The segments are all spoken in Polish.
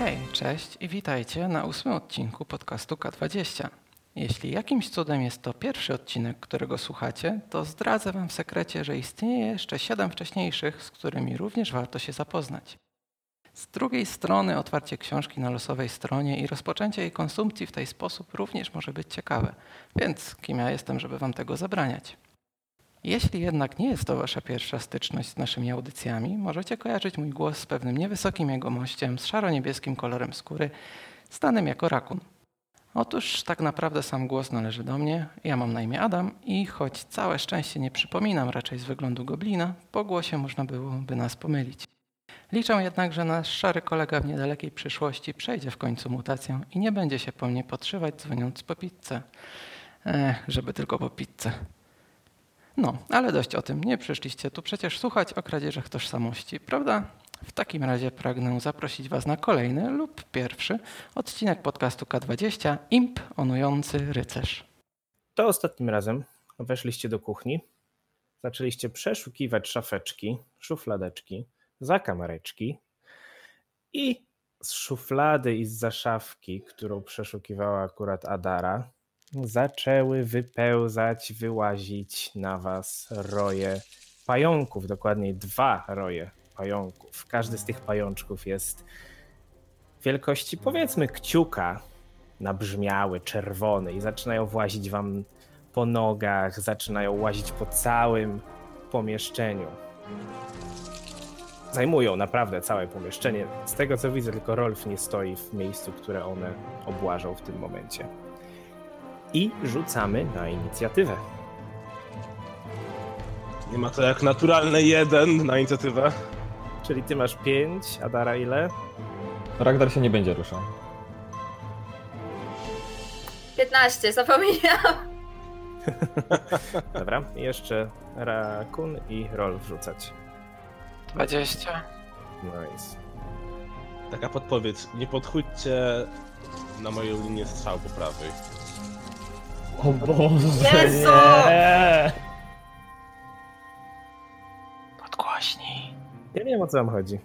Hej, cześć i witajcie na 8. odcinku podcastu K20. Jeśli jakimś cudem jest to pierwszy odcinek, którego słuchacie, to zdradzę wam w sekrecie, że istnieje jeszcze 7 wcześniejszych, z którymi również warto się zapoznać. Z drugiej strony otwarcie książki na losowej stronie i rozpoczęcie jej konsumpcji w ten sposób również może być ciekawe, więc kim ja jestem, żeby wam tego zabraniać. Jeśli jednak nie jest to wasza pierwsza styczność z naszymi audycjami, możecie kojarzyć mój głos z pewnym niewysokim jegomościem, z szaro-niebieskim kolorem skóry, znanym jako Rakun. Otóż tak naprawdę sam głos należy do mnie, ja mam na imię Adam i choć całe szczęście nie przypominam raczej z wyglądu goblina, po głosie można byłoby nas pomylić. Liczę jednak, że nasz szary kolega w niedalekiej przyszłości przejdzie w końcu mutację i nie będzie się po mnie podszywać dzwoniąc po pizzę. Żeby tylko po pizzę. No, ale dość o tym, nie przyszliście tu przecież słuchać o kradzieżach tożsamości, prawda? W takim razie pragnę zaprosić was na kolejny lub pierwszy odcinek podcastu K20 Imponujący Rycerz. To ostatnim razem weszliście do kuchni, zaczęliście przeszukiwać szafeczki, szufladeczki, zakamareczki i z szuflady i z szafki, którą przeszukiwała akurat Adara, zaczęły wyłazić na was roje pająków, dokładniej 2 roje pająków. Każdy z tych pajączków jest wielkości powiedzmy kciuka, nabrzmiały, czerwony i zaczynają włazić wam po nogach, zaczynają łazić po całym pomieszczeniu. Zajmują naprawdę całe pomieszczenie. Z tego co widzę, tylko Rolf nie stoi w miejscu, które one obłażą w tym momencie. I rzucamy na inicjatywę. Nie ma to jak naturalne 1 na inicjatywę. Czyli ty masz 5, Adara ile? Ragnar się nie będzie ruszał. 15, zapomniałam. Dobra, jeszcze Rakun i Rolf rzucać. 20. Nice. Taka podpowiedź, nie podchodźcie na moją linię strzał po prawej. O Boże, Jezu! nie! Podgłośnij. Ja nie wiem o co wam chodzi.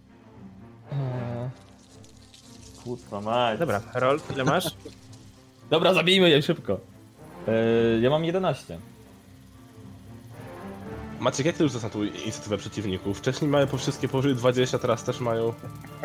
Kurwa mać. Dobra, Rolf, ile masz? Dobra, zabijmy je szybko. Ja mam 11. Maciek, jak ty rzucasz na tą inicjatywę przeciwników? Wcześniej mają po wszystkie powyżej 20, teraz też mają.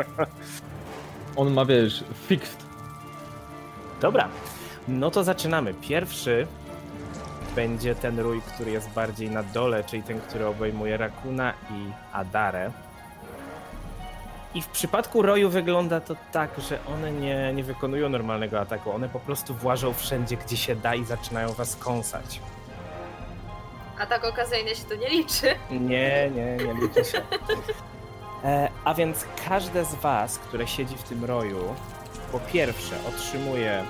On ma, wiesz, fixed. Dobra, no to zaczynamy. Pierwszy będzie ten rój, który jest bardziej na dole, czyli ten, który obejmuje Rakuna i Adarę. I w przypadku roju wygląda to tak, że one nie wykonują normalnego ataku. One po prostu włażą wszędzie, gdzie się da i zaczynają was kąsać. A tak okazyjnie się to nie liczy. Nie liczy się. A więc każde z was, które siedzi w tym roju, po pierwsze otrzymuje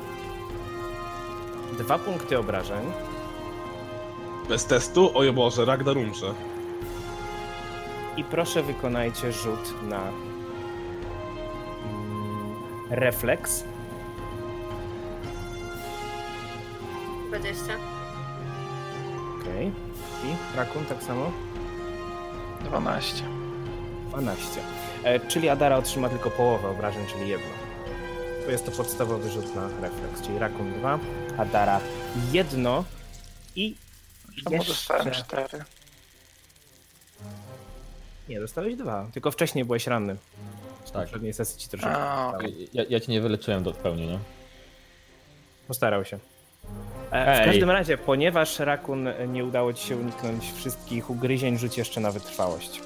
2 punkty obrażeń. Bez testu? O Boże, Ragnar umrze. I proszę wykonajcie rzut na refleks. 20. Okej. I Rakun tak samo? 12. 12. Czyli Adara otrzyma tylko połowę obrażeń, czyli 1. To jest to podstawowy rzut na refleks, czyli Rakun 2, Adara 1 i Czemu dostałem 4? Nie, dostałeś 2, tylko wcześniej byłeś ranny. W Tak. poprzedniej sesji ci troszeczkę. Ja cię nie wyleczyłem w pełni, nie? Postarał się. W Ej. każdym razie, ponieważ Rakun nie udało ci się uniknąć wszystkich ugryzień, rzuć jeszcze na wytrwałość.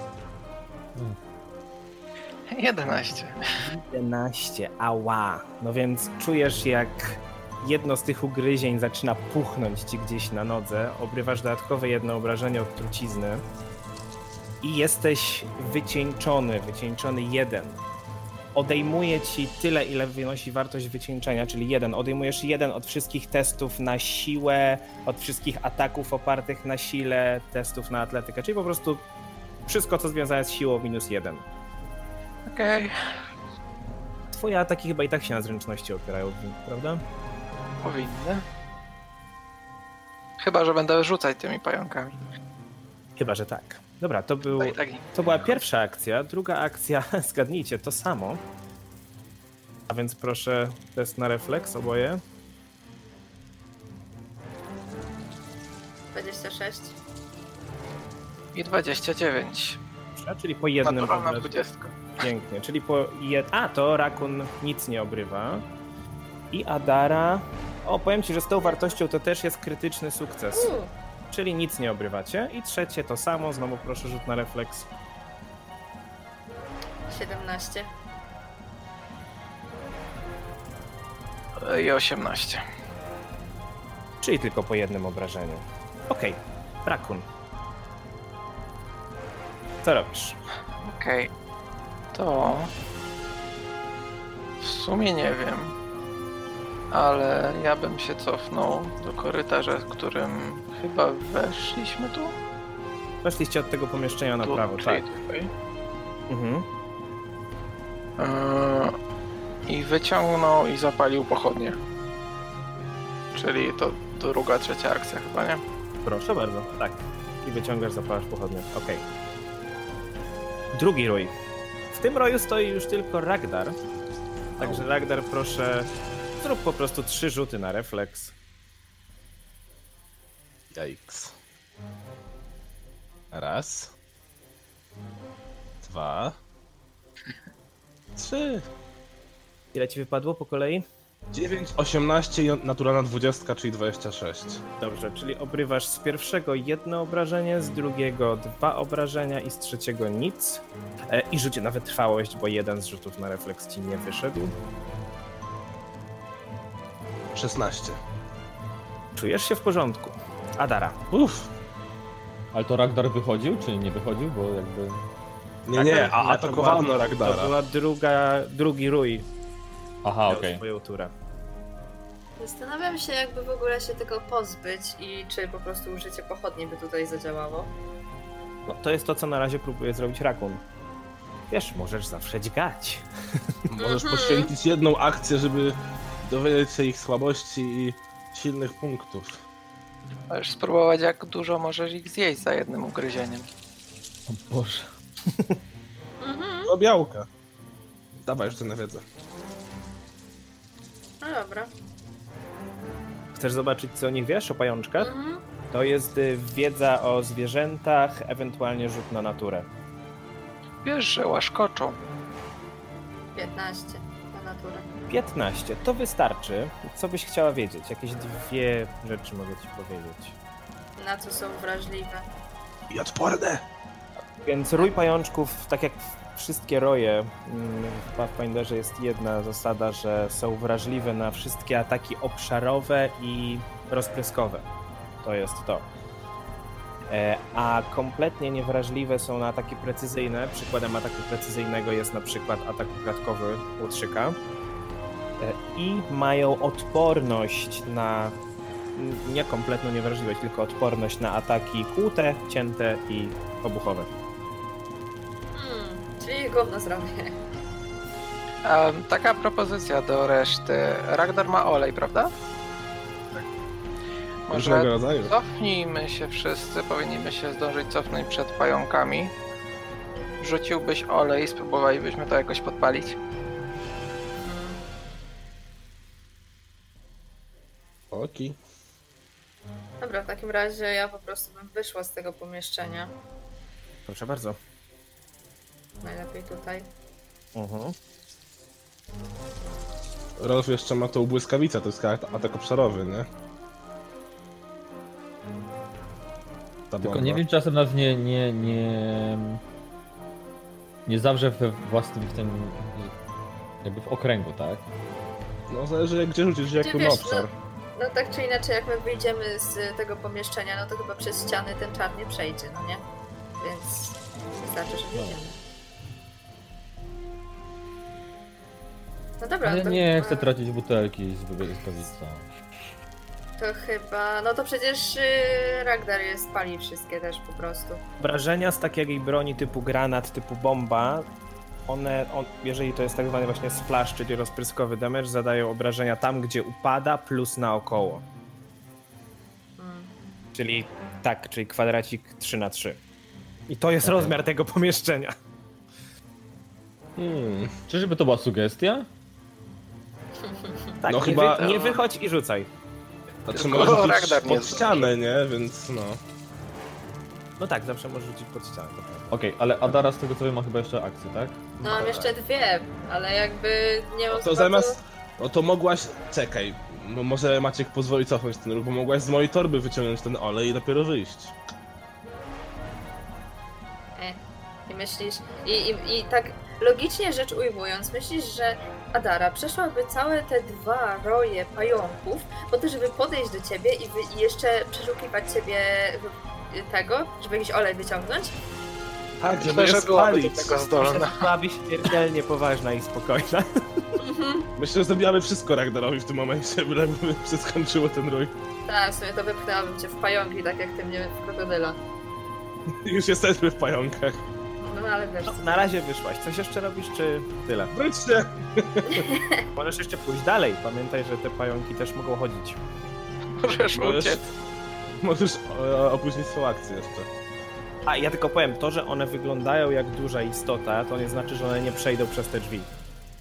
11. 11, ała. No więc czujesz, jak jedno z tych ugryzień zaczyna puchnąć ci gdzieś na nodze, obrywasz dodatkowe 1 obrażenie od trucizny i jesteś wycieńczony 1. Odejmuje ci tyle, ile wynosi wartość wycieńczenia, czyli 1. Odejmujesz 1 od wszystkich testów na siłę, od wszystkich ataków opartych na sile, testów na atletykę, czyli po prostu wszystko, co związane z siłą, minus 1. Okej. Twoje ataki chyba i tak się na zręczności opierają, prawda? Powinny. Chyba, że będę rzucać tymi pająkami. Chyba, że tak. Dobra, Tak. to była pierwsza akcja. Druga akcja, zgadnijcie, to samo. A więc proszę test na refleks oboje. 26. I 29. Czyli po jednym Naturalna obrażeniu. 20. Pięknie, czyli po A, to Rakun nic nie obrywa. I Adara... O, powiem ci, że z tą wartością to też jest krytyczny sukces. Czyli nic nie obrywacie. I trzecie to samo, znowu proszę rzut na refleks. 17. I 18. Czyli tylko po jednym obrażeniu. Okej, Rakun. Co robisz? Okej. To... W sumie nie wiem. Ale ja bym się cofnął do korytarza, którym chyba weszliśmy tu? Weszliście od tego pomieszczenia na Tu, prawo, czyli tak. tutaj. Mhm. I wyciągnął i zapalił pochodnie. Czyli to druga, trzecia akcja chyba, nie? Proszę bardzo, tak. I wyciągasz, zapalasz pochodnie. Okej. Drugi rój. W tym roju stoi już tylko Ragdar. Także Ragdar, proszę, zrób po prostu 3 rzuty na refleks. Yikes. Raz. 2. 3. Ile ci wypadło po kolei? 9, 18 i naturalna 20, czyli 26. Dobrze, czyli obrywasz z pierwszego 1 obrażenie, z drugiego 2 obrażenia i z trzeciego nic. I rzucie na wytrwałość, bo jeden z rzutów na refleks ci nie wyszedł. 16. Czujesz się w porządku. Adara. Uff. Ale to Ragnar wychodził, czy nie wychodził? Bo jakby... Nie, a to atakowano była- Ragdara. To była drugi rój. Aha, Miał okej. swoją turę. Zastanawiam się, jakby w ogóle się tego pozbyć i czy po prostu użycie pochodni by tutaj zadziałało. No, to jest to, co na razie próbuje zrobić Rakun. Wiesz, możesz zawsze dźgać. Możesz poświęcić jedną akcję, żeby dowiedzieć się ich słabości i silnych punktów. Możesz spróbować, jak dużo możesz ich zjeść za jednym ugryzieniem. O Boże. Do białka. Dawaj jeszcze na wiedzę. No dobra. Chcesz zobaczyć, co o nich wiesz, o pajączkach? To jest wiedza o zwierzętach, ewentualnie rzut na naturę. Wiesz, że łaskoczą. 15 na naturę. 15, to wystarczy. Co byś chciała wiedzieć? Jakieś 2 rzeczy mogę ci powiedzieć. Na co są wrażliwe. I odporne! Więc rój pajączków, tak jak wszystkie roje, w Pathfinderze jest jedna zasada, że są wrażliwe na wszystkie ataki obszarowe i rozpryskowe. To jest to. A kompletnie niewrażliwe są na ataki precyzyjne. Przykładem ataku precyzyjnego jest na przykład atak klatkowy łotrzyka. I mają odporność na, nie kompletną niewrażliwość, tylko odporność na ataki kłute, cięte i obuchowe. Czyli gówno zrobię. Taka propozycja do reszty. Ragnar ma olej, prawda? Tak. Może Różnego rodzaju. cofnijmy się wszyscy, powinniśmy się zdążyć cofnąć przed pająkami. Rzuciłbyś olej i spróbowalibyśmy to jakoś podpalić. Oki. Dobra, w takim razie ja po prostu bym wyszła z tego pomieszczenia. Proszę bardzo. Najlepiej tutaj. Rolf jeszcze ma tą błyskawicę, to jest atak obszarowy, nie? Ta Tylko bomba. nie wiem, czy czasem nas nie zawrze we własnym w tym... jakby w okręgu, tak? No zależy gdzie rzucisz, jaki wiesz, obszar. No tak czy inaczej, jak my wyjdziemy z tego pomieszczenia, no to chyba przez ściany ten czar nie przejdzie, no nie? Więc wystarczy, że wyjdziemy. No dobra, Ale to nie chyba, chcę tracić butelki z błyskawicą. to chyba... No to przecież Ragnar je spali wszystkie też po prostu. Wrażenia z takiej broni typu granat, typu bomba, jeżeli to jest tak zwany właśnie splash, czyli rozpryskowy damage, zadają obrażenia tam, gdzie upada, plus naokoło. Czyli tak, czyli kwadracik 3x3. I to jest rozmiar tego pomieszczenia. Czyżby to była sugestia? Tak, No nie, chyba- nie wychodź i rzucaj. Znaczy Tylko może rzucić Ragnar nie pod ścianę, nie? Więc no. No tak, zawsze możesz rzucić pod ścianę. To prawda. Okej, ale Adara z tego co wiem ma chyba jeszcze akcję, tak? No mam jeszcze 2, ale jakby nie mam To zamiast... No to mogłaś... Czekaj. No może Maciek pozwoli cofnąć ten ruch, bo mogłaś z mojej torby wyciągnąć ten olej i dopiero wyjść. I myślisz, i tak logicznie rzecz ujmując, myślisz, że Adara przeszłaby całe te 2 roje pająków po to, żeby podejść do ciebie i jeszcze przeszukiwać ciebie tego, żeby jakiś olej wyciągnąć? Tak, żeby Myślę, je że byłaby spalić. do tego zdolna. Byłabyś śmiertelnie poważna i spokojna. Myślę, że zrobiłaby wszystko Ragnarowi w tym momencie, byleby się skończyło ten rój. Tak, w sumie to wypchnęłabym cię w pająki, tak jak ty mnie w krokodyla. Już jesteśmy w pająkach. No ale wiesz, Na razie wyszłaś. Coś jeszcze robisz, czy tyle? Wróćcie! Możesz jeszcze pójść dalej. Pamiętaj, że te pająki też mogą chodzić. Możesz Możesz- uciec. Możesz opóźnić swoją akcję jeszcze. A ja tylko powiem, to, że one wyglądają jak duża istota, to nie znaczy, że one nie przejdą przez te drzwi.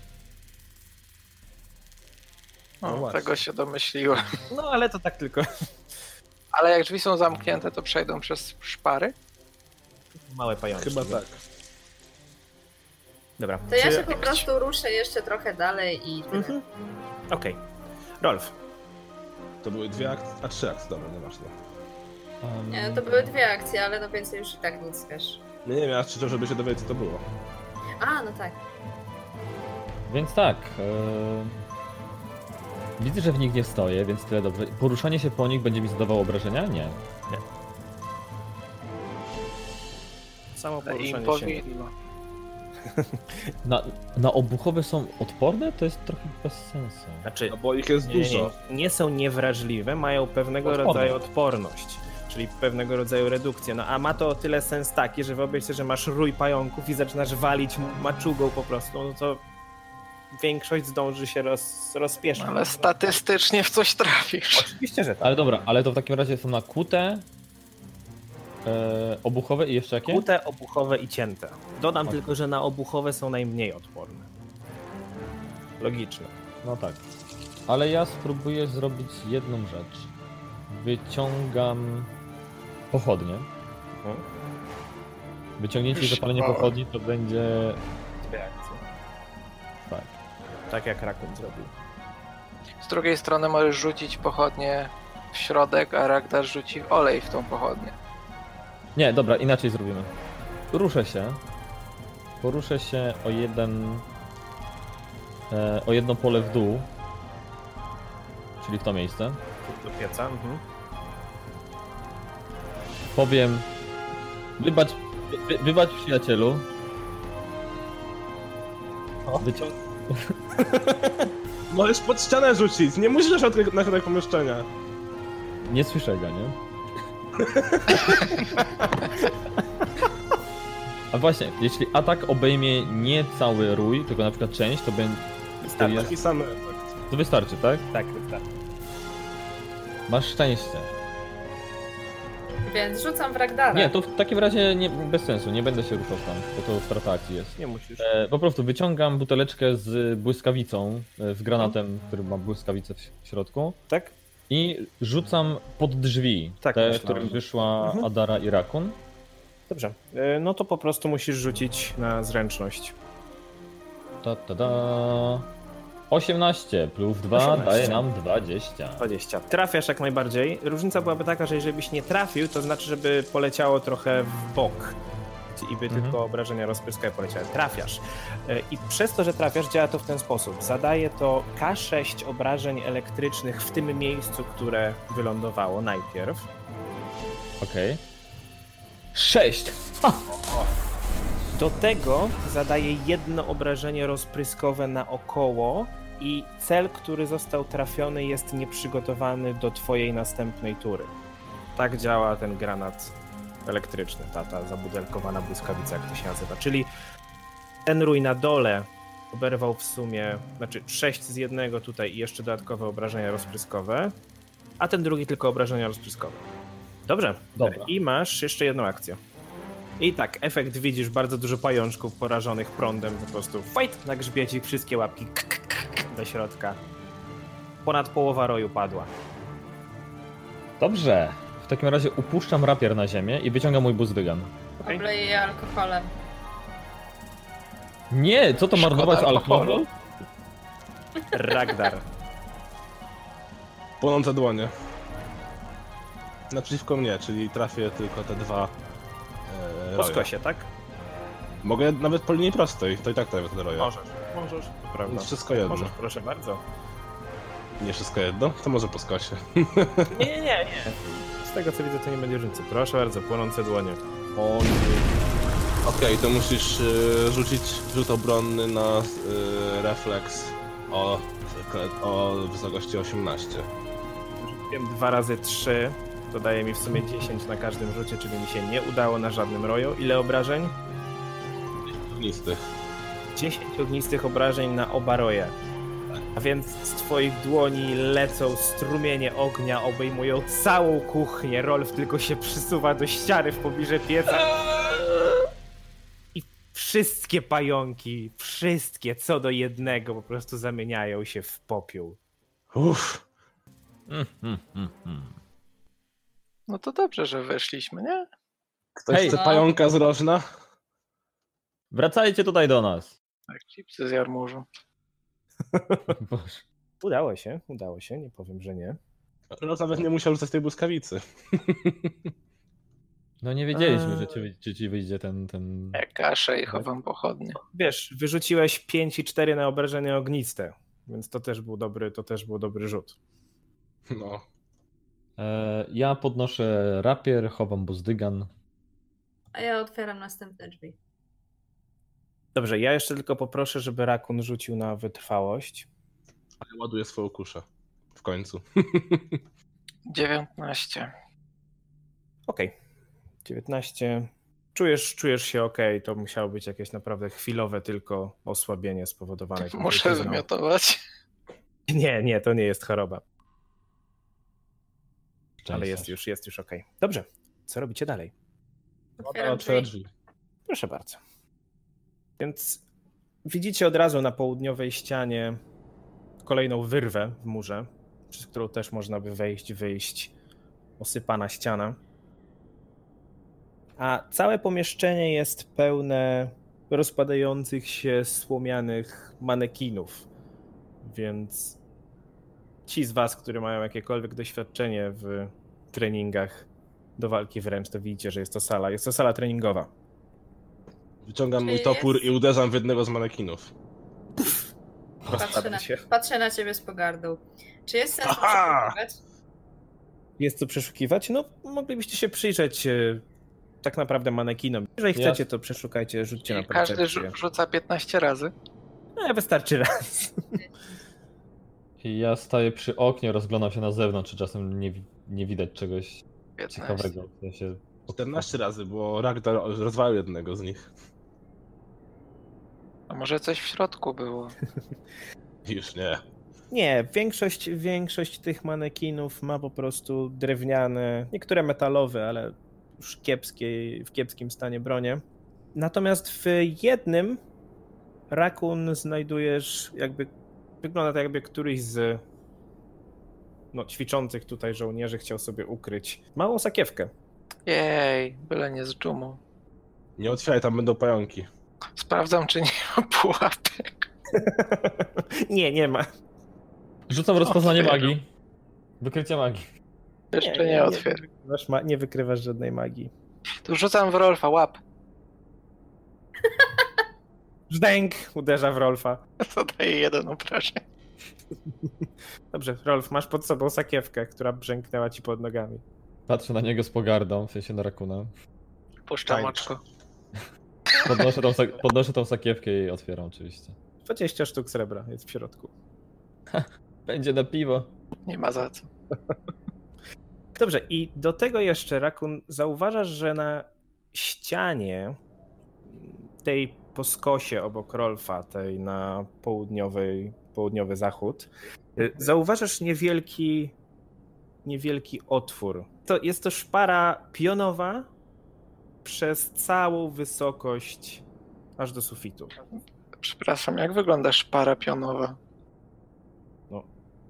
No O, właśnie. tego się domyśliłem. No ale to tak tylko Ale jak drzwi są zamknięte, to przejdą przez szpary? małe pajączki. Chyba tak. Dobra. to ja Czy- się po prostu ruszę jeszcze trochę dalej i tyle. Mhm. Okej. Rolf. To były 2 akcje, a 3 akcje, dobra, nieważne. Nie, to były 2 akcje, ale no więcej już i tak nic, wiesz. Nie miałem krzyczał, żeby się dowiedzieć, co to było. A, no tak. Więc tak. Widzę, że w nich nie stoję, więc tyle dobrze. Poruszanie się po nich będzie mi zadawało obrażenia? Nie. Samo Im poruszanie się. powinno. Na obuchowe są odporne? To jest trochę bez sensu. Znaczy, No bo ich jest nie, dużo. nie są niewrażliwe, mają pewnego Odporne. rodzaju odporność. Czyli pewnego rodzaju redukcję. No a ma to o tyle sens taki, że wyobraź sobie, że masz rój pająków i zaczynasz walić maczugą po prostu, no to większość zdąży się rozpieszyć. Ale statystycznie w coś trafisz. Oczywiście, że tak. Ale dobra, ale to w takim razie są nakute, obuchowe i jeszcze jakie? Kute, obuchowe i cięte. Dodam Okej. tylko, że na obuchowe są najmniej odporne. Logiczne. No tak. Ale ja spróbuję zrobić jedną rzecz. Wyciągam pochodnie. Mhm. Wyciągnięcie i zapalenie pochodni to będzie... Dwie akcje. Tak. Tak jak Rakun zrobił. Z drugiej strony możesz rzucić pochodnie w środek, a Ragnar rzuci olej w tą pochodnię. Nie, dobra, inaczej zrobimy. Ruszę się. Poruszę się o jedno pole w dół. Czyli w to miejsce. Do pieca. Mhm. Powiem... Wybacz przyjacielu. Wyciąg... Możesz pod ścianę rzucić, nie musisz na środek pomieszczenia. Nie słyszę go, nie? A właśnie, jeśli atak obejmie nie cały rój, tylko na przykład część, to będzie... Wystarczy. Taki sam efekt. To wystarczy, tak? Tak, wystarczy. Masz szczęście. Więc rzucam w Ragdara. Nie, to w takim razie nie, bez sensu, nie będę się ruszał tam, bo to strata akcji jest. Nie musisz. Po prostu wyciągam buteleczkę z błyskawicą, z granatem, który ma błyskawicę w środku Tak? i rzucam pod drzwi, Tak, te, w myślałem. których wyszła Adara i Rakun. Dobrze. No to po prostu musisz rzucić na zręczność. Ta. 18 plus 2 18. daje nam 20. 20. Trafiasz jak najbardziej. Różnica byłaby taka, że jeżeli byś nie trafił, to znaczy, żeby poleciało trochę w bok. I by tylko obrażenia rozpryskowe poleciały. Trafiasz. I przez to, że trafiasz, działa to w ten sposób. Zadaje to K6 obrażeń elektrycznych w tym miejscu, które wylądowało najpierw. Okej. 6! Do tego zadaje jedno obrażenie rozpryskowe naokoło i cel, który został trafiony, jest nieprzygotowany do twojej następnej tury. Tak działa ten granat elektryczny, ta zabudelkowana błyskawica, jak to się nazywa. Czyli ten rój na dole oberwał w sumie, znaczy 6 z jednego tutaj i jeszcze dodatkowe obrażenia rozpryskowe, a ten drugi tylko obrażenia rozpryskowe. Dobrze. Dobra. I masz jeszcze jedną akcję. I tak, efekt widzisz, bardzo dużo pajączków porażonych prądem, po prostu fight na grzbiecie, wszystkie łapki do środka. Ponad połowa roju padła. Dobrze. W takim razie upuszczam rapier na ziemię i wyciągam mój buzdygan. Obleję je alkoholem. Nie, co to Szkoda marnować alkoholu. alkohol? Ragdar. Płonące dłonie. Naprzeciwko mnie, czyli trafię tylko te dwa Po roje. skosie, tak? Mogę nawet po linii prostej, to i tak trafię te roje. Możesz, to prawda. Więc wszystko jedno. Możesz, proszę bardzo. Nie wszystko jedno? To może po skosie. Nie. Z tego co widzę, to nie będzie różnicy. Proszę bardzo, płonące dłonie. Okej, to musisz rzucić rzut obronny na refleks o wysokości 18. Rzuciłem 2 razy 3, to daje mi w sumie 10 na każdym rzucie, czyli mi się nie udało na żadnym roju. Ile obrażeń? Ognistych. 10 ognistych obrażeń na oba roje. A więc z twoich dłoni lecą strumienie ognia, obejmują całą kuchnię. Rolf tylko się przysuwa do ściany w pobliżu pieca. I wszystkie pająki, wszystkie co do jednego po prostu zamieniają się w popiół. Uff. No to dobrze, że weszliśmy, nie? Ktoś Hej. chce pająka z rożna? Wracajcie tutaj do nas. Tak, chipsy z jarmużu. Boże. Udało się, nie powiem, że nie. Roz nawet nie musiał rzucać tej błyskawicy. No nie wiedzieliśmy, że ci wyjdzie ten... Ja kaszę i chowam pochodnie. Wiesz, wyrzuciłeś 5 i 4 na obrażenia ogniste, więc to też był dobry rzut. No. Ja podnoszę rapier, chowam buzdygan. A ja otwieram następne drzwi. Dobrze, ja jeszcze tylko poproszę, żeby Rakun rzucił na wytrwałość. Ale ładuję swoją kuszę. W końcu. 19. Okej. 19. Czujesz się okej, to musiało być jakieś naprawdę chwilowe tylko osłabienie spowodowane. tą Muszę trucizną. wymiotować. Nie, to nie jest choroba, ale Szczęście. jest już okej. Dobrze, co robicie dalej? Otwieram Otwieram drzwi. drzwi. Proszę bardzo. Więc widzicie od razu na południowej ścianie kolejną wyrwę w murze, przez którą też można by wyjść, osypana ściana. A całe pomieszczenie jest pełne rozpadających się słomianych manekinów. Więc ci z was, którzy mają jakiekolwiek doświadczenie w treningach do walki wręcz, to widzicie, że jest to sala treningowa. Wyciągam mój Czy topór jest- i uderzam w jednego z manekinów. Patrzę na ciebie z pogardą. Czy jest sens Aha! przeszukiwać? Jest co przeszukiwać? No, moglibyście się przyjrzeć tak naprawdę manekinom. Jeżeli chcecie, to przeszukajcie, rzućcie na I każdy percepcję. rzuca 15 razy. No, wystarczy raz. I ja staję przy oknie, rozglądam się na zewnątrz, czy czasem nie widać czegoś 15. ciekawego. W sensie... 14 razy, bo Ragnar rozwalił jednego z nich. A może coś w środku było? Już nie. Nie, większość tych manekinów ma po prostu drewniane, niektóre metalowe, ale już w kiepskim stanie bronie. Natomiast w jednym Rakun znajdujesz wygląda to jakby któryś z ćwiczących tutaj żołnierzy chciał sobie ukryć małą sakiewkę. Jej, byle nie z dżumą. Nie otwieraj, tam będą pająki. Sprawdzam, czy nie ma pułapek. Nie ma. Rzucam rozpoznanie Otwieram. magii. Wykrycie magii. Jeszcze nie otwieram. Nie wykrywasz żadnej magii. Tu rzucam w Rolfa, łap. Żdęk uderza w Rolfa. To daje 1 obrażeń. Dobrze, Rolf, masz pod sobą sakiewkę, która brzęknęła ci pod nogami. Patrzę na niego z pogardą, w sensie na Rakuna. Puszczam Tańcz. oczko. Podnoszę tą sakiewkę i otwieram oczywiście. 20 sztuk srebra jest w środku. Będzie na piwo. Nie ma za co. Dobrze, i do tego jeszcze, Rakun, zauważasz, że na ścianie tej po skosie obok Rolfa, tej na południowy zachód, zauważasz niewielki otwór. Jest to szpara pionowa przez całą wysokość aż do sufitu. Przepraszam, jak wygląda szpara pionowa?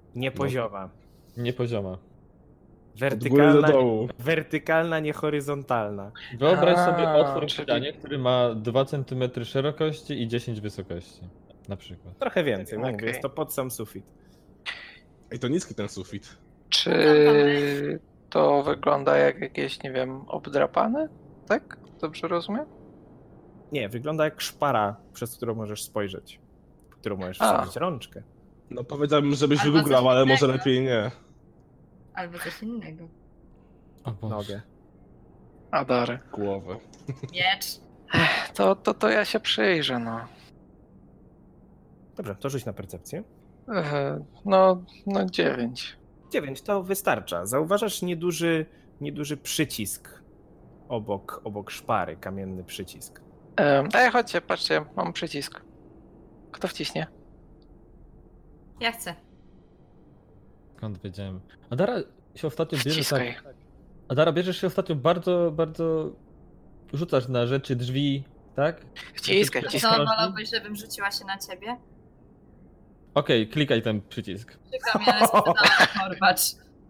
Niepozioma. Nie pozioma. Od góry do Wertykalna, dołu. wertykalna, nie horyzontalna. Wyobraź sobie A, otwór w czyli- ścianie, który ma 2 cm szerokości i 10 wysokości. Na przykład. Trochę więcej, no mówię, Okej. jest to pod sam sufit. Ej, to niski ten sufit. Czy to wygląda jak jakieś, nie wiem, obdrapane? Tak? Dobrze rozumiem? Nie, wygląda jak szpara, przez którą możesz spojrzeć. W którą możesz A. wsadzić rączkę. No powiedziałbym, żebyś Albo wygooglał, coś ale może innego. lepiej nie. Albo coś innego. O Boże. Nogę. Adary. Głowę. Miecz. To ja się przyjrzę, no. Dobrze, to rzuć na percepcję. No 9. 9 to wystarcza. Zauważasz nieduży przycisk obok szpary, kamienny przycisk. Chodźcie, patrzcie, mam przycisk. Kto wciśnie? Ja chcę. Skąd wiedziałem? Adara się ostatnio bierze Wciskaj. tak. Adara, bierzesz się ostatnio bardzo, bardzo. Rzucasz na rzeczy, drzwi, tak? Wciskaj, To wciskaj. co, wolałbyś, żebym rzuciła się na ciebie? Okej, klikaj ten przycisk. Przykro mi, ale spytałam korbacz.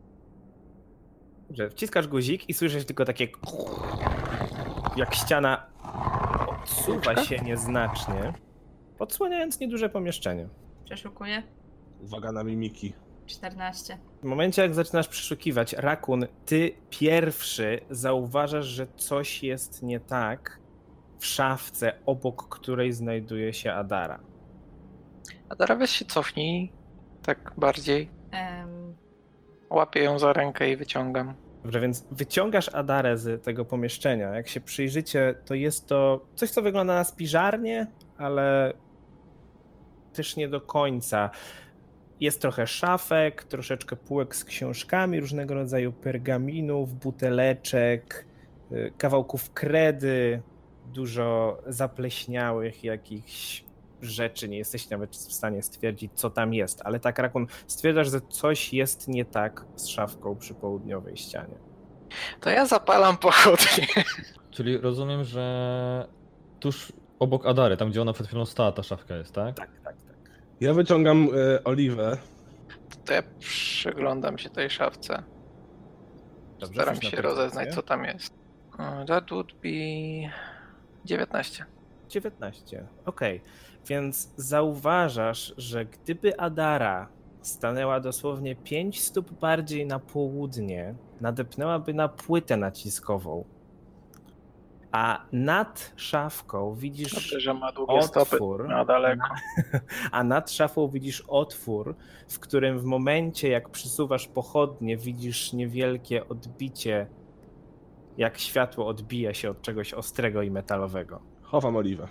Że wciskasz guzik i słyszysz tylko takie jak ściana odsuwa się nieznacznie, odsłaniając nieduże pomieszczenie. Przeszukuję. Uwaga na mimiki. 14. W momencie, jak zaczynasz przeszukiwać, Rakun, ty pierwszy zauważasz, że coś jest nie tak w szafce, obok której znajduje się Adara. Adara, weź się cofnij. Tak bardziej. Em, Łapię ją za rękę i wyciągam. Dobrze, więc wyciągasz Adarę z tego pomieszczenia. Jak się przyjrzycie, to jest to coś, co wygląda na spiżarnię, ale też nie do końca. Jest trochę szafek, troszeczkę półek z książkami, różnego rodzaju pergaminów, buteleczek, kawałków kredy, dużo zapleśniałych jakichś rzeczy. Nie jesteś nawet w stanie stwierdzić, co tam jest, ale tak, Rakun, stwierdzasz, że coś jest nie tak z szafką przy południowej ścianie. To ja zapalam pochodnie. Czyli rozumiem, że tuż obok Adary, tam gdzie ona przed chwilą stała, ta szafka jest, tak? Tak. Ja wyciągam Oliwę. To ja przyglądam się tej szafce. Dobrze, Staram rzuć na się percepcję. rozeznać, co tam jest. That would be 19. 19. Okej, więc zauważasz, że gdyby Adara stanęła dosłownie 5 stóp bardziej na południe, nadepnęłaby na płytę naciskową. A nad szafką widzisz Dobrze, że ma długie stopy. otwór. Na daleko. A nad szafą widzisz otwór, w którym w momencie, jak przysuwasz pochodnie, widzisz niewielkie odbicie, jak światło odbija się od czegoś ostrego i metalowego. Chowam Oliwę.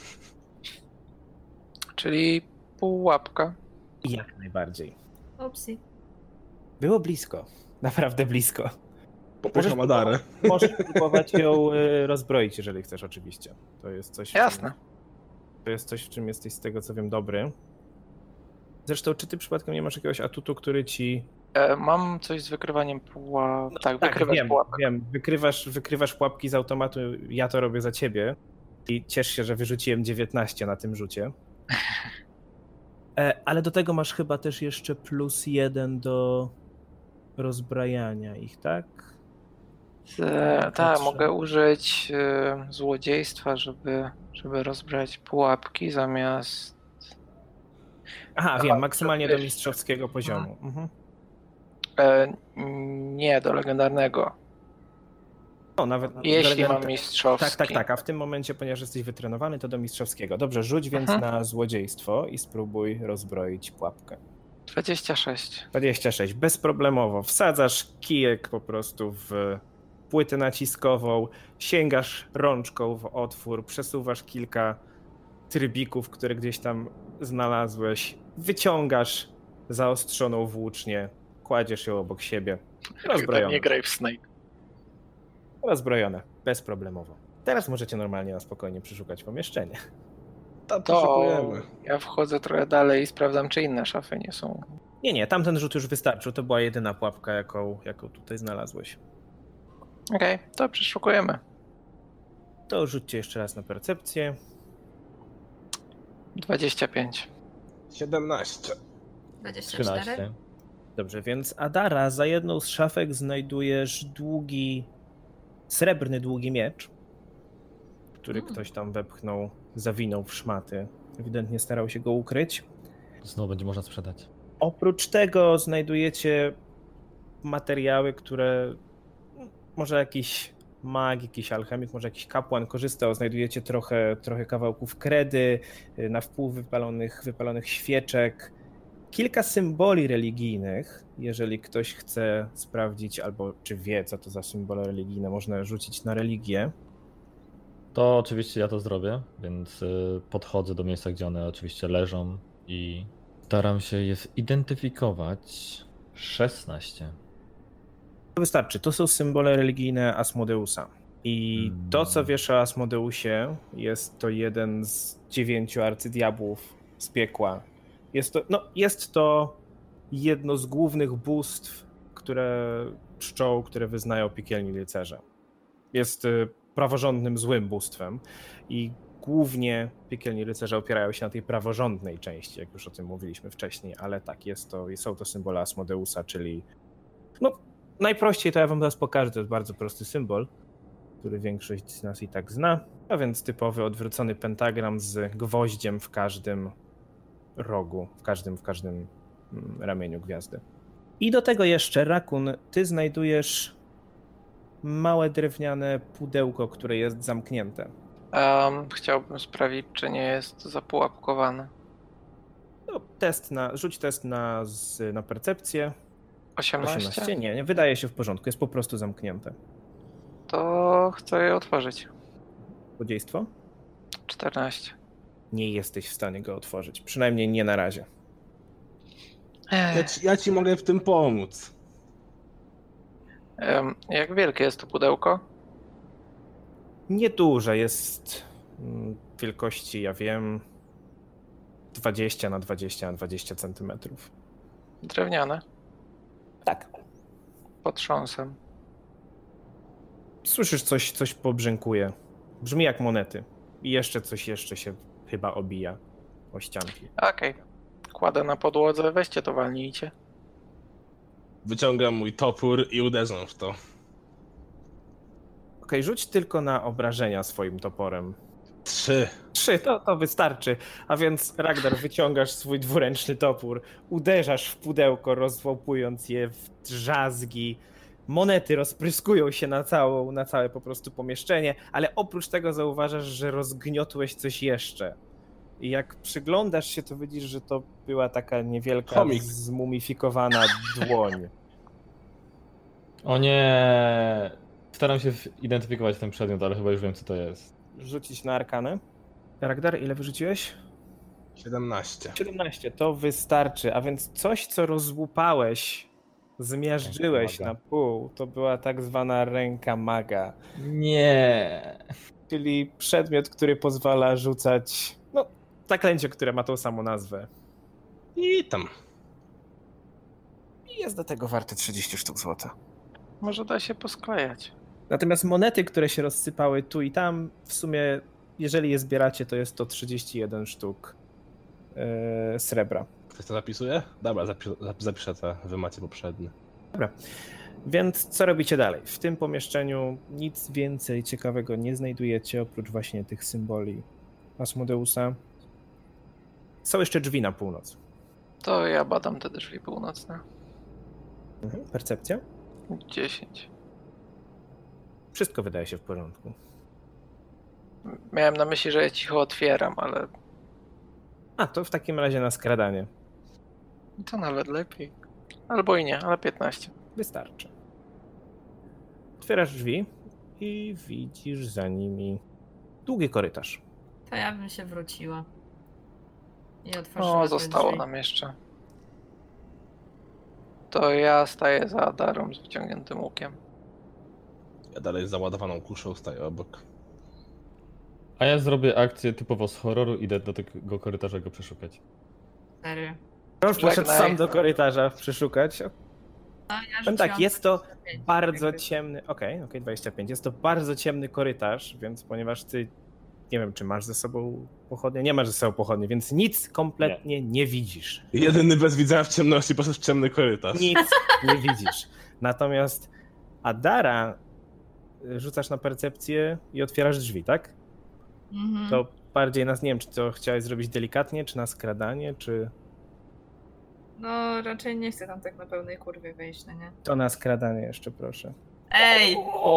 Czyli pułapka. Jak najbardziej. Upsi. Było blisko. Naprawdę blisko. Poproszę Adarę. Możesz próbować ją rozbroić, jeżeli chcesz, oczywiście. To jest coś. Jasne. To jest coś, w czym jesteś, z tego co wiem, dobry. Zresztą, czy ty przypadkiem nie masz jakiegoś atutu, który ci. Mam coś z wykrywaniem pułapek. Tak, wykrywać wiem, pułapkę. wiem. Wykrywasz pułapki z automatu, ja to robię za ciebie. I ciesz się, że wyrzuciłem 19 na tym rzucie. Ale do tego masz chyba też jeszcze +1 do rozbrajania ich, tak? Tak, Patrzę. mogę użyć złodziejstwa, żeby rozbrać pułapki zamiast... Aha, wiem, maksymalnie do wiesz. mistrzowskiego poziomu. Mhm. Nie, do legendarnego. O, nawet Jeśli do mam mistrzowski. Tak, a w tym momencie, ponieważ jesteś wytrenowany, to do mistrzowskiego. Dobrze, rzuć więc na złodziejstwo i spróbuj rozbroić pułapkę. 26. 26, bezproblemowo. Wsadzasz kijek po prostu w płytę naciskową, sięgasz rączką w otwór, przesuwasz kilka trybików, które gdzieś tam znalazłeś, wyciągasz zaostrzoną włócznię, kładziesz ją obok siebie. Rozbrojone. Nie graj w Snake. Rozbrojone, bezproblemowo. Teraz możecie normalnie na spokojnie przeszukać pomieszczenie. Tam To poszukujemy. ja wchodzę trochę dalej i sprawdzam, czy inne szafy nie są. Nie, tamten rzut już wystarczył. To była jedyna pułapka, jaką tutaj znalazłeś. Okej, to przeszukujemy. To rzućcie jeszcze raz na percepcję. 25. 17. 24. 13. Dobrze, więc Adara, za jedną z szafek znajdujesz srebrny długi miecz, który ktoś tam wepchnął, zawinął w szmaty. Ewidentnie starał się go ukryć. Znowu będzie można sprzedać. Oprócz tego znajdujecie materiały, które może jakiś mag, jakiś alchemik, może jakiś kapłan korzystał. Znajdujecie trochę kawałków kredy, na wpół wypalonych świeczek, kilka symboli religijnych. Jeżeli ktoś chce sprawdzić albo czy wie, co to za symbole religijne, można rzucić na religię. To oczywiście ja to zrobię, więc podchodzę do miejsca, gdzie one oczywiście leżą i staram się je zidentyfikować. 16. To wystarczy. To są symbole religijne Asmodeusa. I to, co wiesz o Asmodeusie, jest to jeden z 9 arcydiabłów z piekła. Jest to jedno z głównych bóstw, które wyznają piekielni rycerze. Jest praworządnym złym bóstwem i głównie piekielni rycerze opierają się na tej praworządnej części, jak już o tym mówiliśmy wcześniej, ale tak, są to symbole Asmodeusa, czyli najprościej to ja wam teraz pokażę, to jest bardzo prosty symbol, który większość z nas i tak zna, a więc typowy odwrócony pentagram z gwoździem w każdym rogu, w każdym ramieniu gwiazdy. I do tego jeszcze, Rakun, ty znajdujesz małe drewniane pudełko, które jest zamknięte. Chciałbym sprawdzić, czy nie jest zapułapkowane. Rzuć test na percepcję. 18? Nie, wydaje się w porządku, jest po prostu zamknięte. To chcę je otworzyć. Złodziejstwo? 14. Nie jesteś w stanie go otworzyć, przynajmniej nie na razie. Ja ci mogę w tym pomóc. Jak wielkie jest to pudełko? Nieduże, jest wielkości, ja wiem, 20 na 20 na 20 centymetrów. Drewniane? Tak. Potrząsam. Słyszysz, coś pobrzękuje. Brzmi jak monety. I coś jeszcze się chyba obija o ścianki. Okej. Kładę na podłodze, weźcie to walnijcie. Wyciągam mój topór i uderzam w to. Okej, rzuć tylko na obrażenia swoim toporem. 3. 3, to wystarczy. A więc, Ragnar, wyciągasz swój dwuręczny topór, uderzasz w pudełko, rozwołując je w drzazgi. Monety rozpryskują się na całe po prostu pomieszczenie, ale oprócz tego zauważasz, że rozgniotłeś coś jeszcze. I jak przyglądasz się, to widzisz, że to była taka niewielka, Chomik. zmumifikowana dłoń. O nie! Staram się zidentyfikować ten przedmiot, ale chyba już wiem, co to jest. Rzucić na arkanę. Ragnar, ile wyrzuciłeś? 17. 17, to wystarczy. A więc coś, co rozłupałeś, zmiażdżyłeś Maga. na pół, to była tak zwana ręka maga. Nie! Czyli przedmiot, który pozwala rzucać, zaklęcie, które ma tą samą nazwę. I tam. I jest do tego warte 30 sztuk złota. Może da się posklejać. Natomiast monety, które się rozsypały tu i tam, w sumie, jeżeli je zbieracie, to jest to 31 sztuk srebra. Ktoś to zapisuje? Dobra, zapiszę to, wy macie poprzednie. Więc co robicie dalej? W tym pomieszczeniu nic więcej ciekawego nie znajdujecie, oprócz właśnie tych symboli Asmodeusa. Są jeszcze drzwi na północ. To ja badam te drzwi północne. Percepcja? 10. Wszystko wydaje się w porządku. Miałem na myśli, że ja cicho otwieram, ale A, to w takim razie na skradanie. to nawet lepiej. Albo i nie, ale 15. Wystarczy. Otwierasz drzwi i widzisz za nimi długi korytarz. To ja bym się wróciła. I otworzyła O, te zostało drzwi. nam jeszcze. To ja staję za Adarą z wyciągniętym łukiem. Ja dalej z załadowaną kuszą staję obok. A ja zrobię akcję typowo z horroru, idę do tego korytarza go przeszukać. 4. Już poszedł Żegnaj. sam do korytarza przeszukać. No, ja Powiem tak, rzuciłam jest to 25. bardzo ciemny. Okej, 25. Jest to bardzo ciemny korytarz, więc ponieważ ty nie wiem, czy masz ze sobą pochodnie? Nie masz ze sobą pochodnie, więc nic kompletnie nie widzisz. Jedyny bez widzenia w ciemności poszedł w ciemny korytarz. Nic nie widzisz. Natomiast Adara, rzucasz na percepcję i otwierasz drzwi, tak? Mhm. To bardziej nas, nie wiem, czy to chciałeś zrobić delikatnie, czy na skradanie, czy... No, raczej nie chcę tam tak na pełnej kurwie wejść, no nie? To na skradanie jeszcze, proszę. Ej!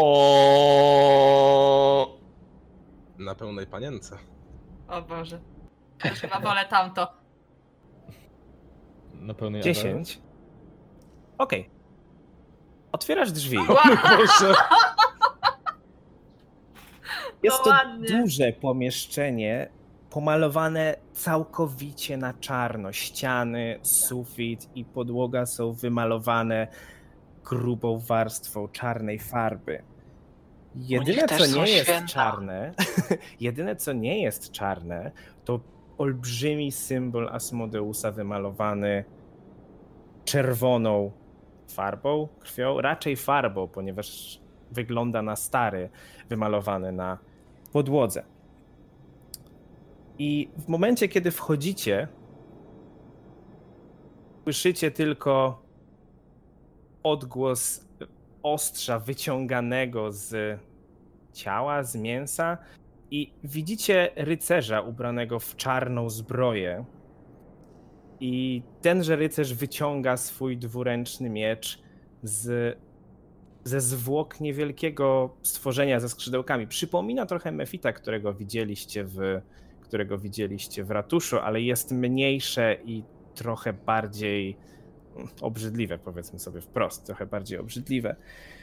O. Na pełnej panience. O Boże. Ja chyba wolę tamto. Na pełnej 10. Okej. Otwierasz drzwi. Boże. Jest No to ładnie. duże pomieszczenie, pomalowane całkowicie na czarno. Ściany, sufit i podłoga są wymalowane grubą warstwą czarnej farby. Jedyne, też co są nie jest święta. czarne, jedyne, co nie jest czarne, to olbrzymi symbol Asmodeusa wymalowany czerwoną farbą, krwią, raczej farbą, ponieważ wygląda na stary, wymalowany na podłodze. I w momencie, kiedy wchodzicie, słyszycie tylko odgłos ostrza wyciąganego z ciała, z mięsa i widzicie rycerza ubranego w czarną zbroję. I tenże rycerz wyciąga swój dwuręczny miecz ze zwłok niewielkiego stworzenia ze skrzydełkami. Przypomina trochę Mefita, którego widzieliście w ratuszu, ale jest mniejsze i trochę bardziej obrzydliwe, powiedzmy sobie wprost, trochę bardziej obrzydliwe.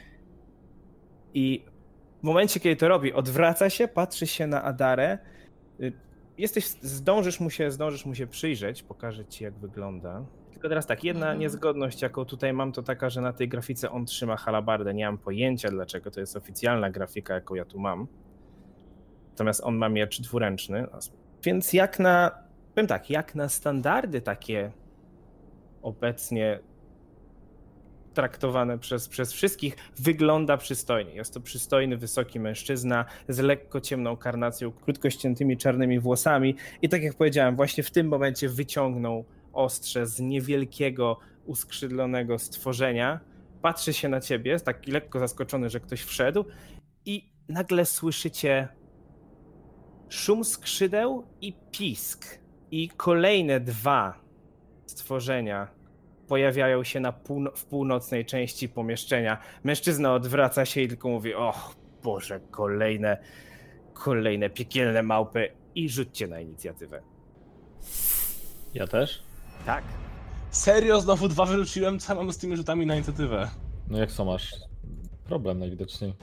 I w momencie, kiedy to robi, odwraca się, patrzy się na Adarę. Zdążysz mu się przyjrzeć, pokażę ci, jak wygląda. Tylko teraz tak, jedna niezgodność, jaką tutaj mam, to taka, że na tej grafice on trzyma halabardę. Nie mam pojęcia, dlaczego, to jest oficjalna grafika, jaką ja tu mam. Natomiast on ma miecz dwuręczny. Więc jak na standardy takie obecnie traktowane przez wszystkich, wygląda przystojnie. Jest to przystojny, wysoki mężczyzna z lekko ciemną karnacją, krótko ściętymi czarnymi włosami i tak jak powiedziałem, właśnie w tym momencie wyciągnął ostrze z niewielkiego, uskrzydlonego stworzenia. Patrzy się na ciebie, jest taki lekko zaskoczony, że ktoś wszedł i nagle słyszycie szum skrzydeł i pisk. I kolejne dwa stworzenia pojawiają się w północnej części pomieszczenia. Mężczyzna odwraca się i tylko mówi: o Boże, kolejne piekielne małpy i rzućcie na inicjatywę. Ja też? Tak. Serio, znowu 2 wyrzuciłem, co mam z tymi rzutami na inicjatywę? No jak co masz? Problem najwidoczniej.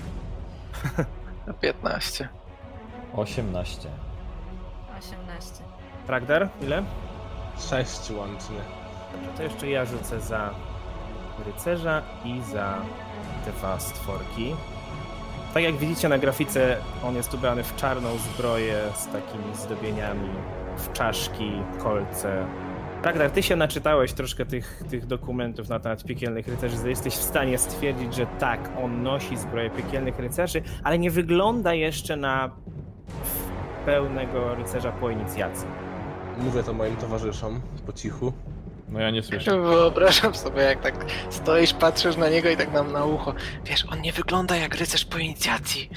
15. 18. 18. Tragder, ile? 6 łącznie. Dobrze, to jeszcze ja rzucę za rycerza i za 2 stworki. Tak jak widzicie na grafice, on jest ubrany w czarną zbroję z takimi zdobieniami, w czaszki, kolce. Tragder, ty się naczytałeś troszkę tych dokumentów na temat piekielnych rycerzy, że jesteś w stanie stwierdzić, że tak, on nosi zbroję piekielnych rycerzy, ale nie wygląda jeszcze na pełnego rycerza po inicjacji. Mówię to moim towarzyszom po cichu. No ja nie słyszę. Wyobrażam sobie, jak tak stoisz, patrzysz na niego i tak nam na ucho. Wiesz, on nie wygląda jak rycerz po inicjacji.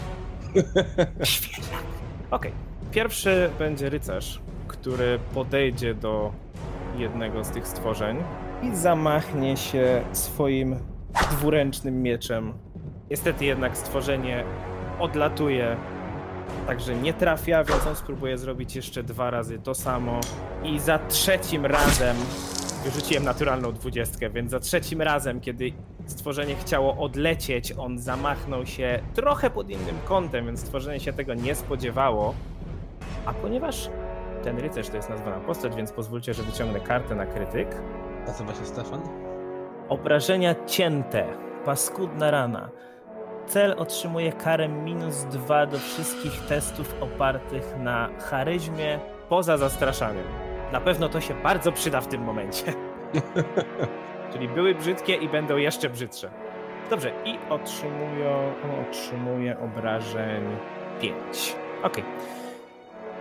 Okej. Pierwszy będzie rycerz, który podejdzie do jednego z tych stworzeń i zamachnie się swoim dwuręcznym mieczem. Niestety jednak stworzenie odlatuje, także nie trafia, więc on spróbuje zrobić jeszcze 2 razy to samo i za 3. razem wyrzuciłem naturalną 20, więc za 3. razem, kiedy stworzenie chciało odlecieć, on zamachnął się trochę pod innym kątem, więc stworzenie się tego nie spodziewało. A ponieważ ten rycerz to jest nazwana postać, więc pozwólcie, że wyciągnę kartę na krytyk. Nazywa się Stefan. Obrażenia cięte. Paskudna rana. Cel otrzymuje karę -2 do wszystkich testów opartych na charyzmie poza zastraszaniem. Na pewno to się bardzo przyda w tym momencie. Czyli były brzydkie i będą jeszcze brzydsze. Dobrze, i otrzymuje obrażeń 5. Okej.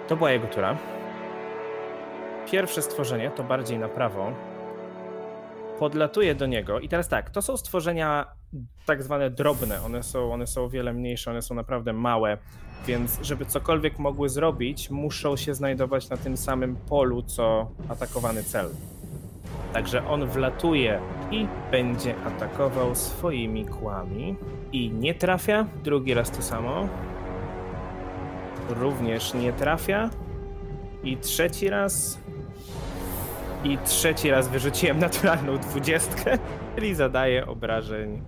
To była jego tura. Pierwsze stworzenie, to bardziej na prawo, podlatuje do niego i teraz tak, to są stworzenia tak zwane drobne, one są o wiele mniejsze, one są naprawdę małe, więc żeby cokolwiek mogły zrobić, muszą się znajdować na tym samym polu, co atakowany cel. Także on wlatuje i będzie atakował swoimi kłami i nie trafia, drugi raz to samo, również nie trafia i trzeci raz wyrzuciłem naturalną 20, czyli zadaję obrażeń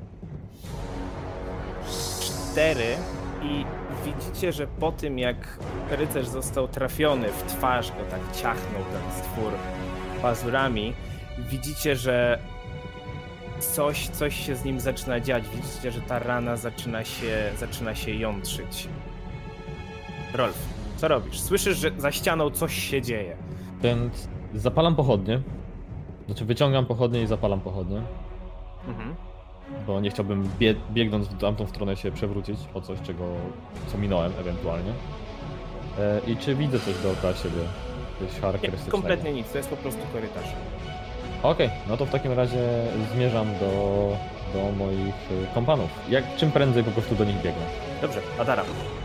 4 i widzicie, że po tym jak rycerz został trafiony w twarz, go tak ciachnął ten stwór pazurami, widzicie, że coś się z nim zaczyna dziać, widzicie, że ta rana zaczyna się jątrzyć. Rolf, co robisz? Słyszysz, że za ścianą coś się dzieje. Więc zapalam pochodnie. Znaczy wyciągam pochodnie i zapalam pochodnie. Bo nie chciałbym biegnąc w tamtą stronę się przewrócić o coś, co minąłem ewentualnie. I czy widzę coś dookoła siebie? Coś charakterystycznego? Kompletnie nic, to jest po prostu korytarz. Okej, no to w takim razie zmierzam do moich kompanów. Czym prędzej po prostu do nich biegnę. Dobrze, Adara.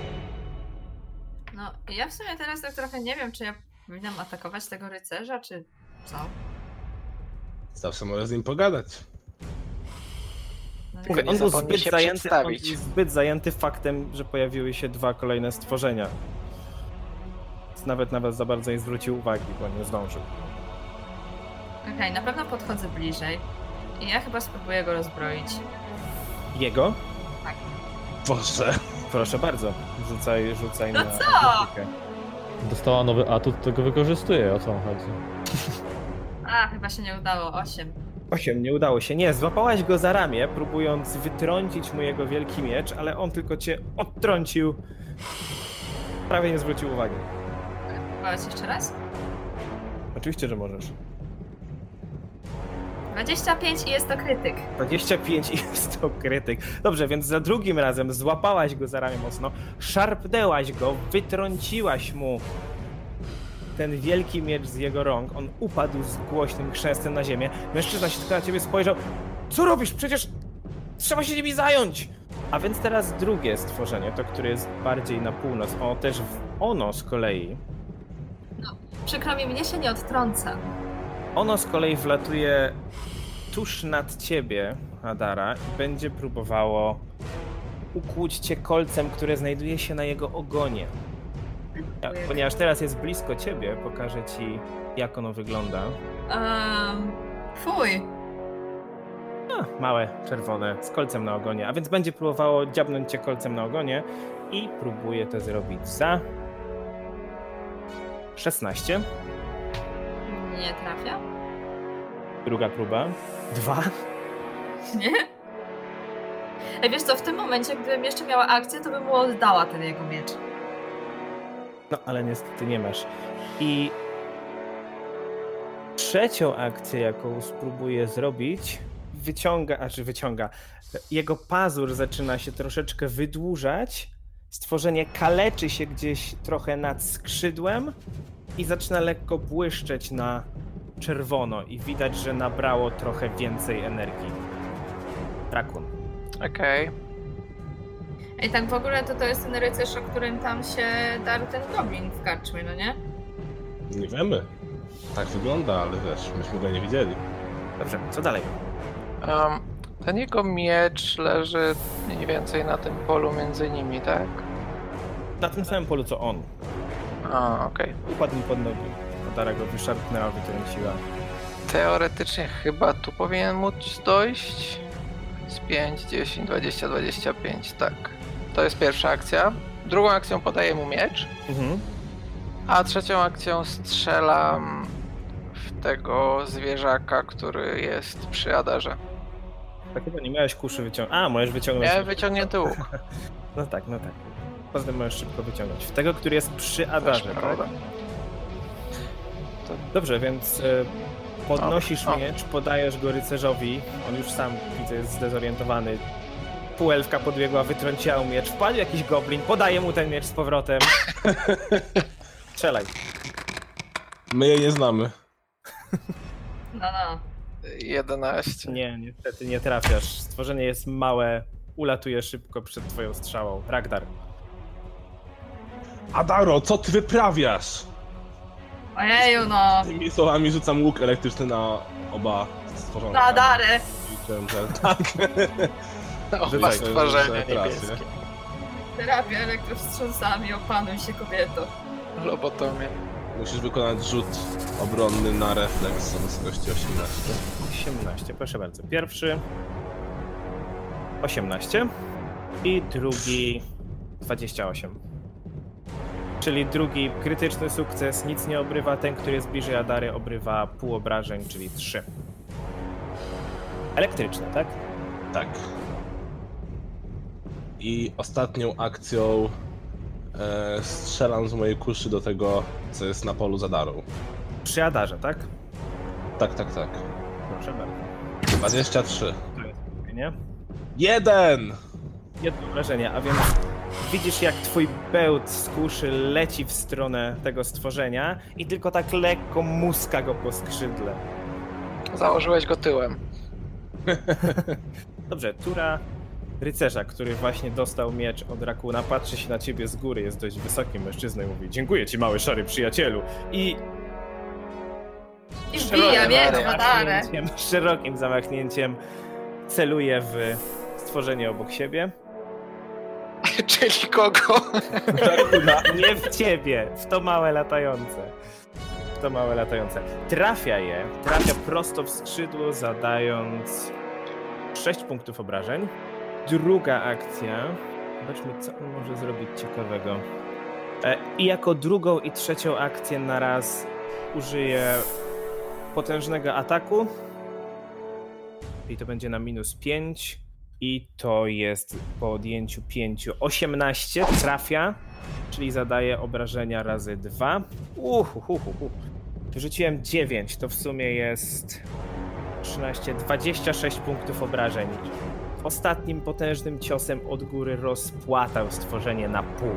No, ja w sumie teraz tak trochę nie wiem, czy ja powinnam atakować tego rycerza, czy co? Zawsze możesz z nim pogadać. No, Mówię, nie on był zapomnij się przedstawić. zbyt zajęty faktem, że pojawiły się 2 kolejne stworzenia. Więc nawet za bardzo nie zwrócił uwagi, bo nie zdążył. Okej, na pewno podchodzę bliżej i ja chyba spróbuję go rozbroić. Jego? Tak. Boże. Proszę bardzo, rzucaj No na co? atletykę. Dostała nowy atut, to go wykorzystuję, o co chodzi. A, chyba się nie udało, 8. 8, nie udało się. Nie, złapałaś go za ramię, próbując wytrącić mu jego wielki miecz, ale on tylko cię odtrącił. Prawie nie zwrócił uwagi. Próbować jeszcze raz? Oczywiście, że możesz. 25 i jest to krytyk. 25 i jest to krytyk. Dobrze, więc za drugim razem złapałaś go za ramię mocno, szarpnęłaś go, wytrąciłaś mu ten wielki miecz z jego rąk. On upadł z głośnym chrzęstem na ziemię. Mężczyzna się tylko na ciebie spojrzał. Co robisz? Przecież trzeba się nimi zająć! A więc teraz drugie stworzenie, to które jest bardziej na północ. Ono z kolei Przykro mi, mnie się nie odtrąca. Ono z kolei wlatuje tuż nad ciebie, Adara, i będzie próbowało ukłuć cię kolcem, które znajduje się na jego ogonie. Ponieważ teraz jest blisko ciebie, pokażę ci, jak ono wygląda. Fuj. Małe, czerwone, z kolcem na ogonie, a więc będzie próbowało dziabnąć cię kolcem na ogonie i próbuje to zrobić za 16. Nie trafia? Druga próba. 2. Nie? Ej, wiesz co, w tym momencie, gdybym jeszcze miała akcję, to bym mu oddała ten jego miecz. No, ale niestety nie masz. I trzecią akcję, jaką spróbuję zrobić, wyciąga. Jego pazur zaczyna się troszeczkę wydłużać, stworzenie kaleczy się gdzieś trochę nad skrzydłem i zaczyna lekko błyszczeć na czerwono i widać, że nabrało trochę więcej energii. Rakun. Okej. Ej, tak w ogóle to jest ten rycerz, o którym tam się darł ten goblin w karczmie, no nie? Nie wiemy. Tak wygląda, ale wiesz, myśmy go nie widzieli. Dobrze, co dalej? Ten jego miecz leży mniej więcej na tym polu między nimi, tak? Na tym samym polu co on. Okej. Upadł mu pod nogi. Adara go wyszarpnęła, wytrąciła. Teoretycznie chyba tu powinien móc dojść. Z 5, 10, 20, 25, tak. To jest pierwsza akcja. Drugą akcją podaję mu miecz. A trzecią akcją strzelam w tego zwierzaka, który jest przy Adarze. Tak chyba nie miałeś kuszy wyciągnąć. Możesz wyciągnąć. Miałem wyciągnięty łuk. No tak. Poza tym możesz szybko wyciągnąć. W tego, który jest przy Adarze, tak? Dobrze, więc podnosisz miecz, podajesz go rycerzowi. On już sam, widzę, jest zdezorientowany. Półelfka podbiegła, wytrąciła mu miecz. Wpadł jakiś goblin, podaje mu ten miecz z powrotem. Strzelaj. My jej nie znamy. No. 11. Nie, niestety nie trafiasz. Stworzenie jest małe, ulatuje szybko przed twoją strzałą. Ragdar. Adaro, co ty wyprawiasz? Ojeju, no. Tymi słowami rzucam łuk elektryczny na oba stworzone. Na Adarę. Liczyłem, że tak. Oba Rzucaj, stworzenia że trafię. niebieskie. Terapia elektrowstrząsami, opanuj się, kobieto. Lobotomia. Musisz wykonać rzut obronny na refleks o wysokości 18. 18, proszę bardzo. Pierwszy 18 i drugi 28. Czyli drugi krytyczny sukces, nic nie obrywa. Ten, który jest bliżej Adary, obrywa pół obrażeń, czyli 3. Elektryczne, tak? Tak. I ostatnią akcją strzelam z mojej kuszy do tego, co jest na polu za Darą. Przy Adarze, tak? Tak. Proszę bardzo. 23. To jest nie? 1! Jedno wrażenie, a więc widzisz, jak twój bełt z kuszy leci w stronę tego stworzenia i tylko tak lekko muska go po skrzydle. Założyłeś go tyłem. Dobrze, tura rycerza, który właśnie dostał miecz od Rakuna, patrzy się na ciebie z góry, jest dość wysokim mężczyzną i mówi: dziękuję ci, mały szary przyjacielu. I I wbija miecz w Adarę. szerokim zamachnięciem celuje w stworzenie obok siebie. Czyli kogo? Nie w ciebie, w to małe latające. Trafia prosto w skrzydło, zadając 6 punktów obrażeń. Druga akcja. Zobaczmy, co on może zrobić ciekawego. I jako drugą i trzecią akcję na raz użyje potężnego ataku. I to będzie na -5. I to jest po odjęciu 5. 18 trafia, czyli zadaje obrażenia razy 2. Rzuciłem 9, to w sumie jest 13, 26 punktów obrażeń. Ostatnim potężnym ciosem od góry rozpłatał stworzenie na pół.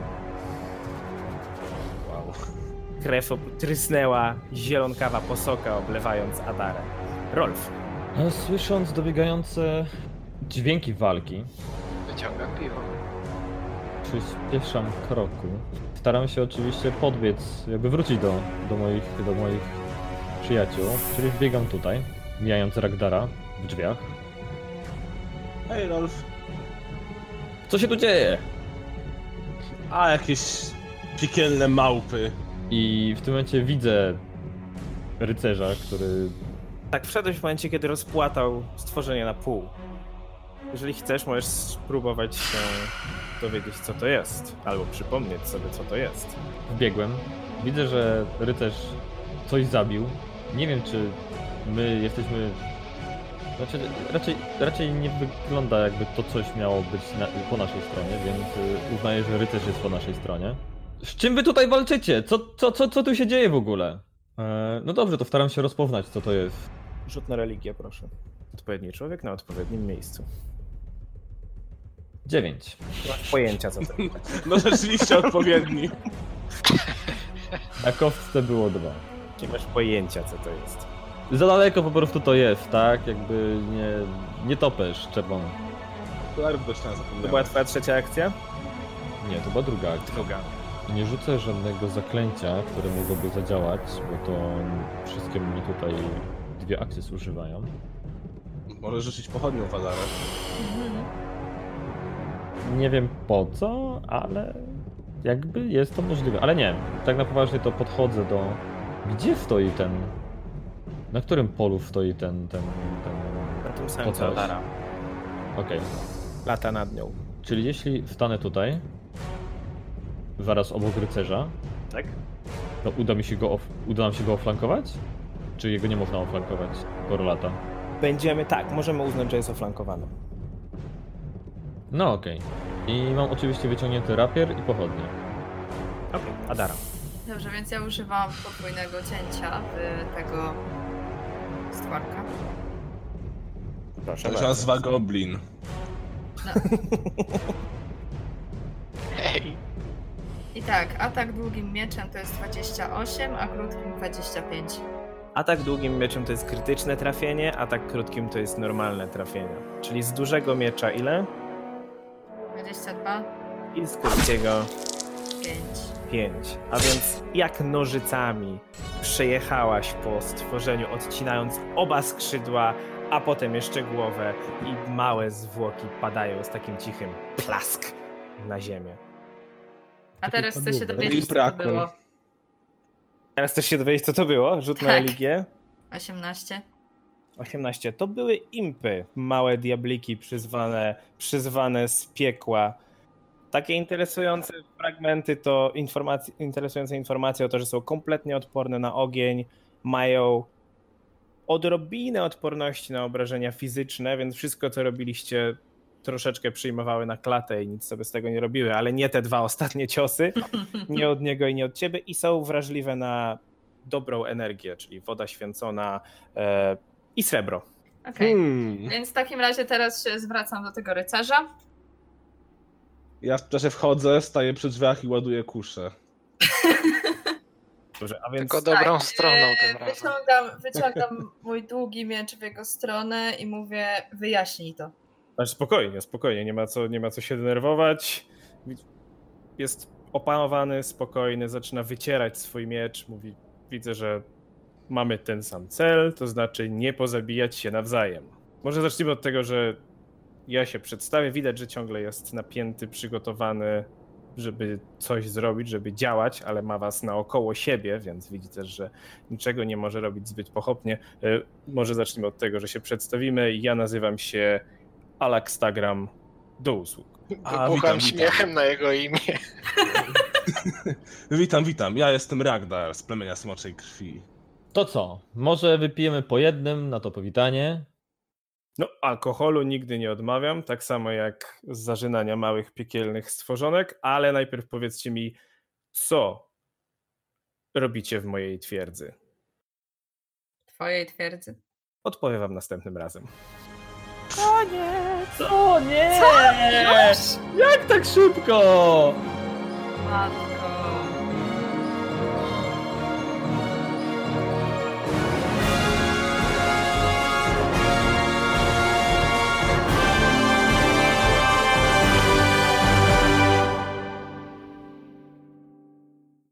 Wow. Krew trysnęła zielonkawa posoka, oblewając Adarę. Rolf. Słysząc dobiegające dźwięki walki, Wyciągam piwo. przyspieszam kroku. Staram się oczywiście podbiec, jakby wrócić do moich przyjaciół, czyli wbiegam tutaj, mijając Ragdara w drzwiach. Hej Rolf. Co się tu dzieje? A jakieś piekielne małpy. I w tym momencie widzę rycerza, który... Tak, wszedłeś w momencie, kiedy rozpłatał stworzenie na pół. Jeżeli chcesz, możesz spróbować się dowiedzieć, co to jest, albo przypomnieć sobie, co to jest. Wbiegłem. Widzę, że rycerz coś zabił. Nie wiem, czy my jesteśmy... Znaczy, raczej nie wygląda, jakby to coś miało być po naszej stronie, więc uznaję, że rycerz jest po naszej stronie. Z czym wy tutaj walczycie? Co tu się dzieje w ogóle? No dobrze, to staram się rozpoznać, co to jest. Rzut na religię, proszę. Odpowiedni człowiek na odpowiednim miejscu. 9. Nie masz pojęcia, co to jest. No rzeczywiście odpowiedni. Na kostce było 2. Nie masz pojęcia, co to jest. Za daleko po prostu to jest, tak? Jakby nie topesz czerwony. Dość tam To zapomniałem. była twoja trzecia akcja? Nie, to była druga akcja. Druga. Nie rzucę żadnego zaklęcia, które mogłoby zadziałać, bo to wszystkie mnie tutaj 2 akcje zużywają. Możesz rzucić pochodnią w Adarę. Nie wiem po co, ale jakby jest to możliwe. Ale nie, tak na poważnie to podchodzę do... Gdzie stoi ten... Na którym polu stoi ten... Na tym To samym co coś. Adara. Okej. Lata nad nią. Czyli jeśli stanę tutaj, zaraz obok rycerza, Tak? to uda nam się go oflankować? Czy jego nie można oflankować? Skoro lata. Możemy uznać, że jest oflankowany. No okej. I mam oczywiście wyciągnięty rapier i pochodnie. Okej, Adara. Dobrze, więc ja używam podwójnego cięcia w tego stworka. Proszę To się bardzo. nazywa Goblin. Hej. I tak, atak długim mieczem to jest 28, a krótkim 25. Atak długim mieczem to jest krytyczne trafienie, atak krótkim to jest normalne trafienie. Czyli z dużego miecza ile? 22, I z krótkiego 5. 5. A więc jak nożycami przejechałaś po stworzeniu, odcinając oba skrzydła, a potem jeszcze głowę i małe zwłoki padają z takim cichym plask na ziemię. A teraz chcę się dowiedzieć, co to Braku. było. Teraz chcesz się dowiedzieć, co to było? Rzut na Tak. religię. 18. 18. To były impy, małe diabliki przyzwane z piekła. Takie interesujące fragmenty to interesujące informacje o to, że są kompletnie odporne na ogień, mają odrobinę odporności na obrażenia fizyczne, więc wszystko, co robiliście, troszeczkę przyjmowały na klatę i nic sobie z tego nie robiły, ale nie te 2 ostatnie ciosy, nie od niego i nie od ciebie, i są wrażliwe na dobrą energię, czyli woda święcona i srebro. Okej, więc w takim razie teraz się zwracam do tego rycerza. Ja w czasie wchodzę, staję przy drzwiach i ładuję kuszę. Dobrze, a więc Tylko dobrą Tak, stroną tym razem. Wyciągam mój długi miecz w jego stronę i mówię, wyjaśnij to. spokojnie, nie ma co się denerwować. Jest opanowany, spokojny, zaczyna wycierać swój miecz, mówi, widzę, że mamy ten sam cel, to znaczy nie pozabijać się nawzajem. Może zacznijmy od tego, że ja się przedstawię, widać, że ciągle jest napięty, przygotowany, żeby coś zrobić, żeby działać, ale ma was naokoło siebie, więc widzi też, że niczego nie może robić zbyt pochopnie. Może zacznijmy od tego, że się przedstawimy. Ja nazywam się Alakstagram, do usług. Wybucham śmiechem na jego imię. Witam. Ja jestem Ragnar z plemienia Smoczej Krwi. To co? Może wypijemy po jednym na to powitanie? No, alkoholu nigdy nie odmawiam, tak samo jak z zażynania małych piekielnych stworzonek, ale najpierw powiedzcie mi, co robicie w mojej twierdzy. Twojej twierdzy. Odpowiem wam następnym razem. Co? Nie! Co? Już? Jak tak szybko? Ładnie.